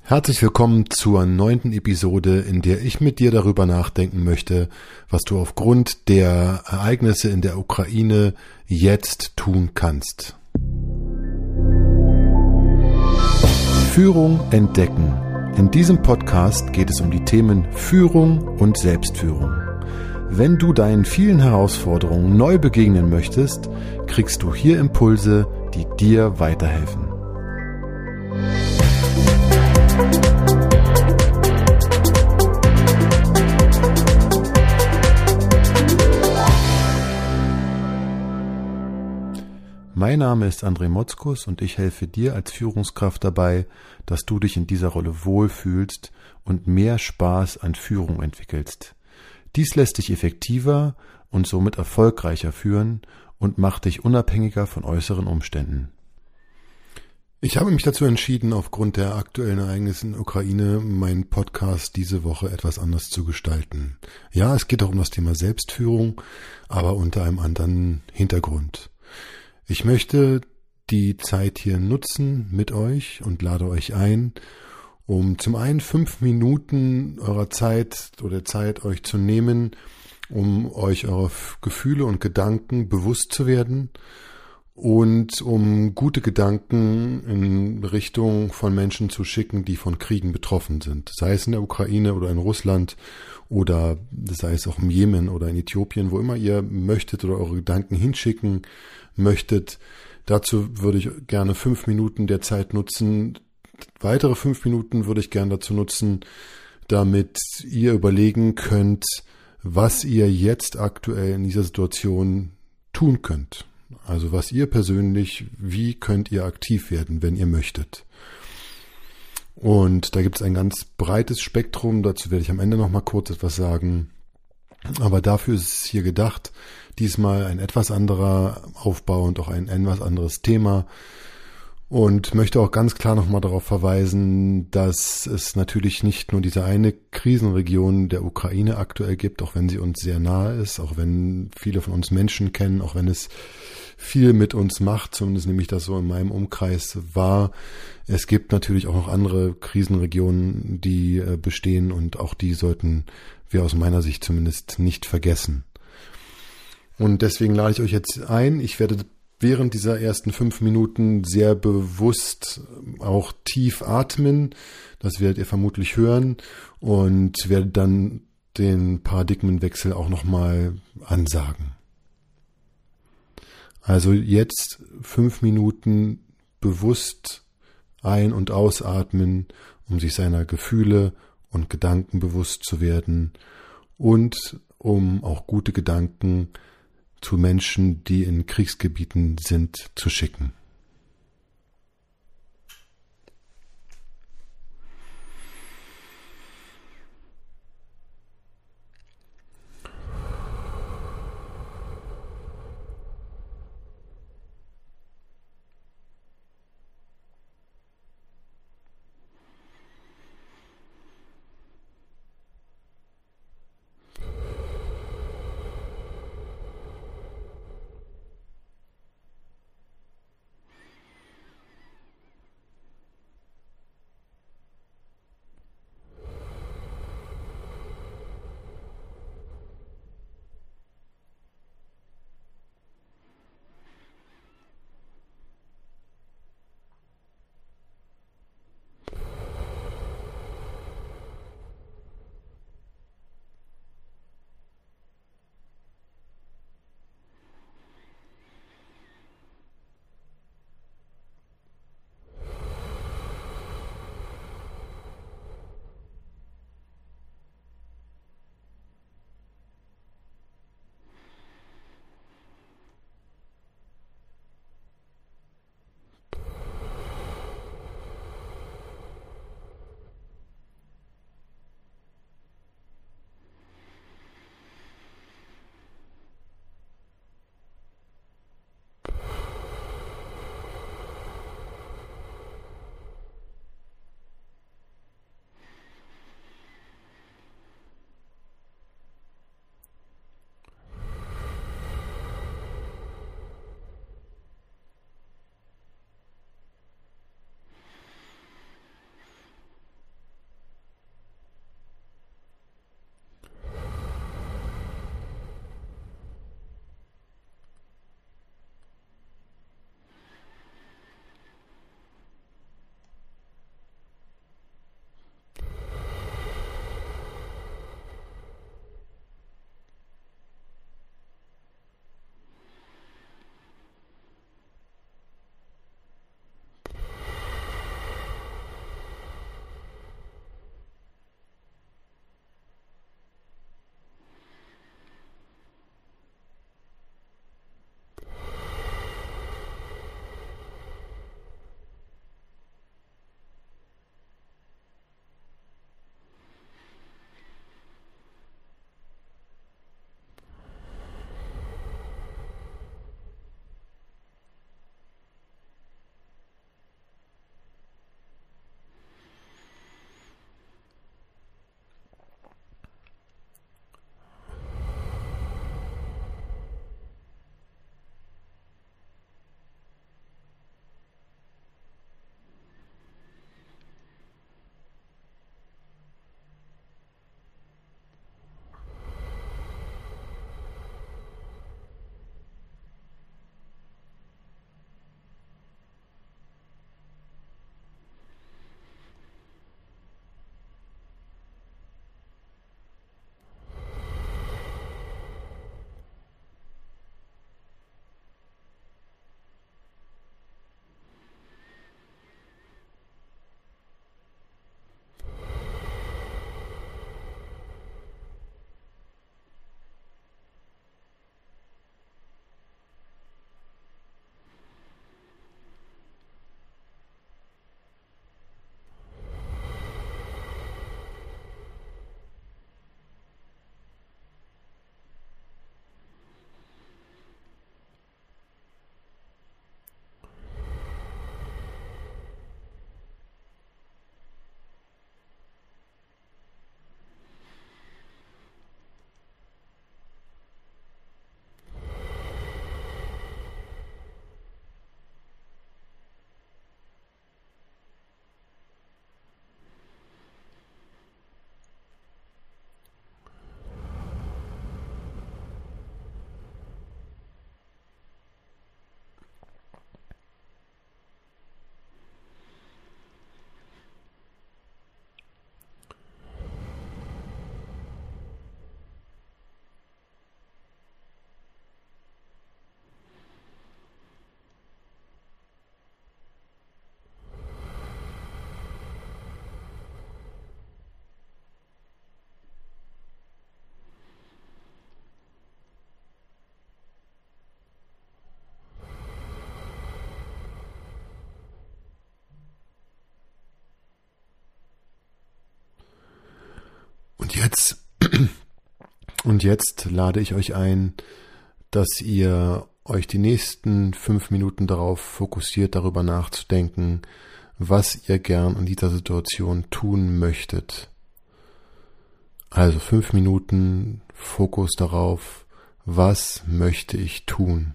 Herzlich willkommen zur 9. Episode, in der ich mit dir darüber nachdenken möchte, was du aufgrund der Ereignisse in der Ukraine jetzt tun kannst. Führung entdecken. In diesem Podcast geht es um die Themen Führung und Selbstführung. Wenn du deinen vielen Herausforderungen neu begegnen möchtest, kriegst du hier Impulse, die dir weiterhelfen. Mein Name ist André Motzkus und ich helfe dir als Führungskraft dabei, dass du dich in dieser Rolle wohlfühlst und mehr Spaß an Führung entwickelst. Dies lässt dich effektiver und somit erfolgreicher führen und macht dich unabhängiger von äußeren Umständen. Ich habe mich dazu entschieden, aufgrund der aktuellen Ereignisse in der Ukraine meinen Podcast diese Woche etwas anders zu gestalten. Ja, es geht auch um das Thema Selbstführung, aber unter einem anderen Hintergrund. Ich möchte die Zeit hier nutzen mit euch und lade euch ein, um zum einen 5 Minuten eurer Zeit oder Zeit euch zu nehmen, um euch eure Gefühle und Gedanken bewusst zu werden und um gute Gedanken in Richtung von Menschen zu schicken, die von Kriegen betroffen sind. Sei es in der Ukraine oder in Russland oder sei es auch im Jemen oder in Äthiopien, wo immer ihr möchtet oder eure Gedanken hinschicken möchtet. Dazu würde ich gerne 5 Minuten der Zeit nutzen. Weitere 5 Minuten würde ich gerne dazu nutzen, damit ihr überlegen könnt, was ihr jetzt aktuell in dieser Situation tun könnt. Also was ihr persönlich, wie könnt ihr aktiv werden, wenn ihr möchtet. Und da gibt es ein ganz breites Spektrum, dazu werde ich am Ende nochmal kurz etwas sagen. Aber dafür ist es hier gedacht, diesmal ein etwas anderer Aufbau und auch ein etwas anderes Thema. Und möchte auch ganz klar nochmal darauf verweisen, dass es natürlich nicht nur diese eine Krisenregion der Ukraine aktuell gibt, auch wenn sie uns sehr nahe ist, auch wenn viele von uns Menschen kennen, auch wenn es viel mit uns macht, zumindest nehme ich das so in meinem Umkreis wahr. Es gibt natürlich auch noch andere Krisenregionen, die bestehen und auch die sollten wir aus meiner Sicht zumindest nicht vergessen. Und deswegen lade ich euch jetzt ein. Ich werde während dieser ersten 5 Minuten sehr bewusst auch tief atmen. Das werdet ihr vermutlich hören und werde dann den Paradigmenwechsel auch nochmal ansagen. Also jetzt 5 Minuten bewusst ein- und ausatmen, um sich seiner Gefühle und Gedanken bewusst zu werden und um auch gute Gedanken zu Menschen, die in Kriegsgebieten sind, zu schicken. Und jetzt lade ich euch ein, dass ihr euch die nächsten 5 Minuten darauf fokussiert, darüber nachzudenken, was ihr gern in dieser Situation tun möchtet. Also 5 Minuten Fokus darauf, was möchte ich tun?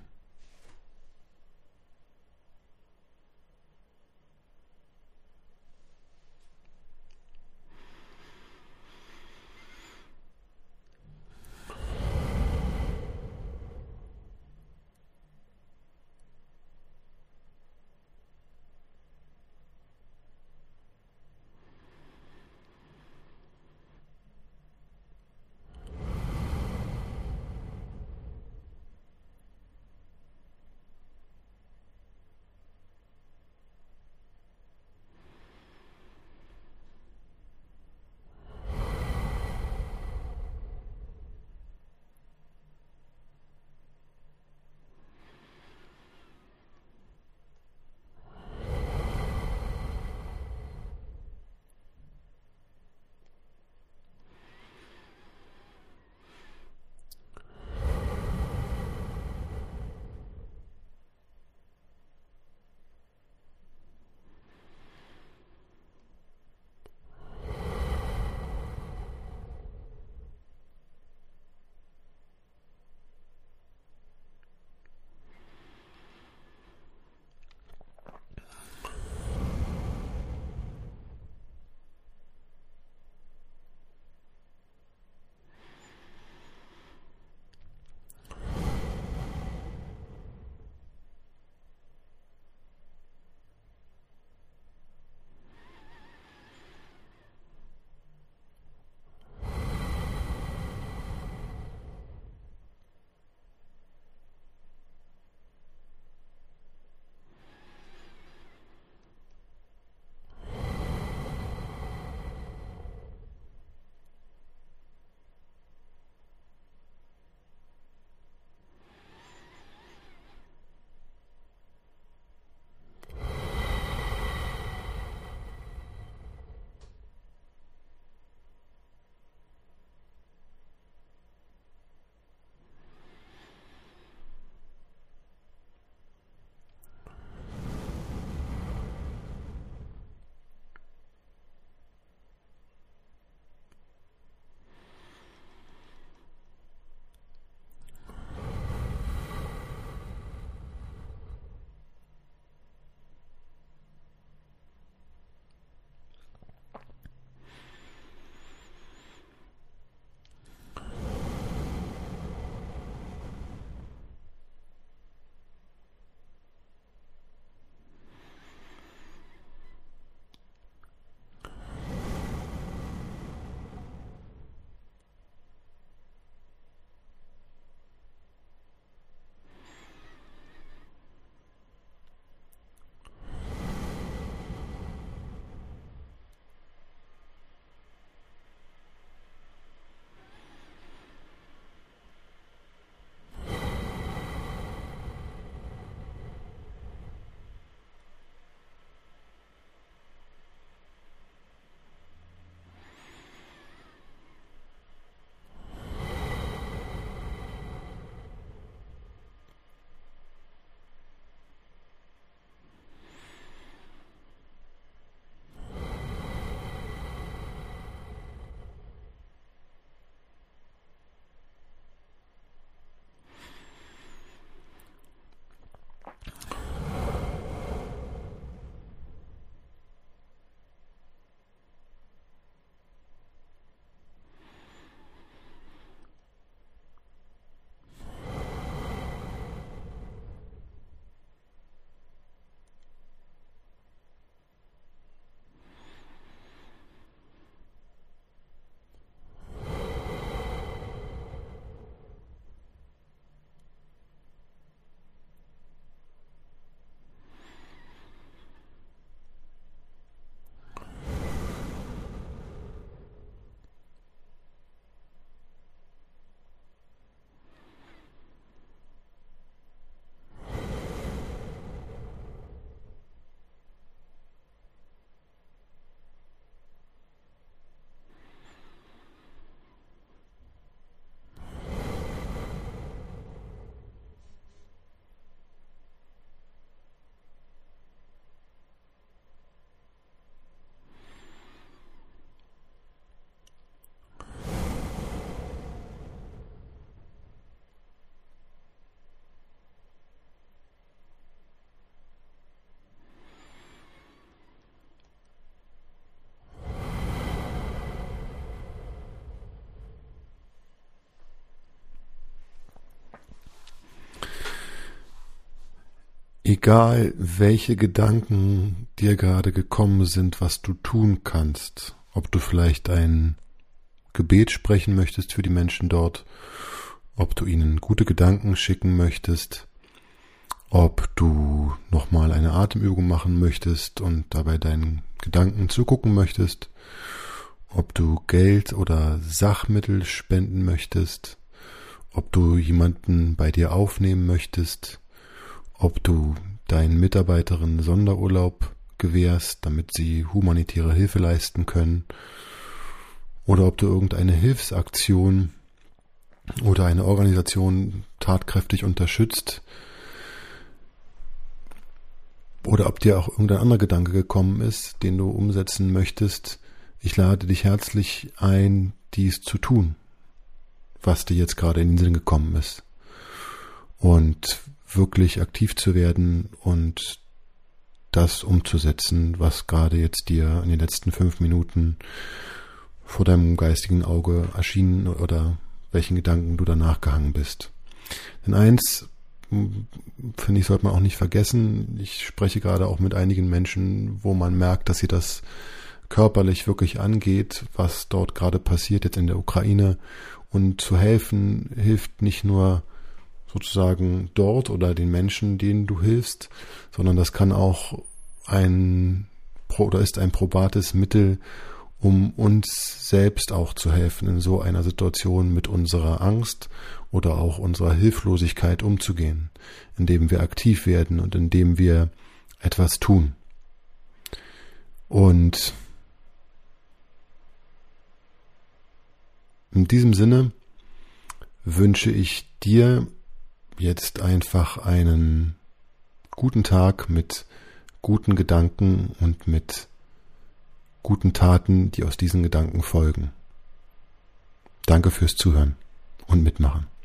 Egal, welche Gedanken dir gerade gekommen sind, was du tun kannst, ob du vielleicht ein Gebet sprechen möchtest für die Menschen dort, ob du ihnen gute Gedanken schicken möchtest, ob du nochmal eine Atemübung machen möchtest und dabei deinen Gedanken zugucken möchtest, ob du Geld oder Sachmittel spenden möchtest, ob du jemanden bei dir aufnehmen möchtest, ob du deinen Mitarbeiterinnen Sonderurlaub gewährst, damit sie humanitäre Hilfe leisten können, oder ob du irgendeine Hilfsaktion oder eine Organisation tatkräftig unterstützt, oder ob dir auch irgendein anderer Gedanke gekommen ist, den du umsetzen möchtest. Ich lade dich herzlich ein, dies zu tun, was dir jetzt gerade in den Sinn gekommen ist. Und wirklich aktiv zu werden und das umzusetzen, was gerade jetzt dir in den letzten 5 Minuten vor deinem geistigen Auge erschienen oder welchen Gedanken du danach gehangen bist. Denn eins, finde ich, sollte man auch nicht vergessen. Ich spreche gerade auch mit einigen Menschen, wo man merkt, dass sie das körperlich wirklich angeht, was dort gerade passiert jetzt in der Ukraine. Und zu helfen hilft nicht nur sozusagen dort oder den Menschen, denen du hilfst, sondern das kann auch ist ein probates Mittel, um uns selbst auch zu helfen, in so einer Situation mit unserer Angst oder auch unserer Hilflosigkeit umzugehen, indem wir aktiv werden und indem wir etwas tun. Und in diesem Sinne wünsche ich dir jetzt einfach einen guten Tag mit guten Gedanken und mit guten Taten, die aus diesen Gedanken folgen. Danke fürs Zuhören und Mitmachen.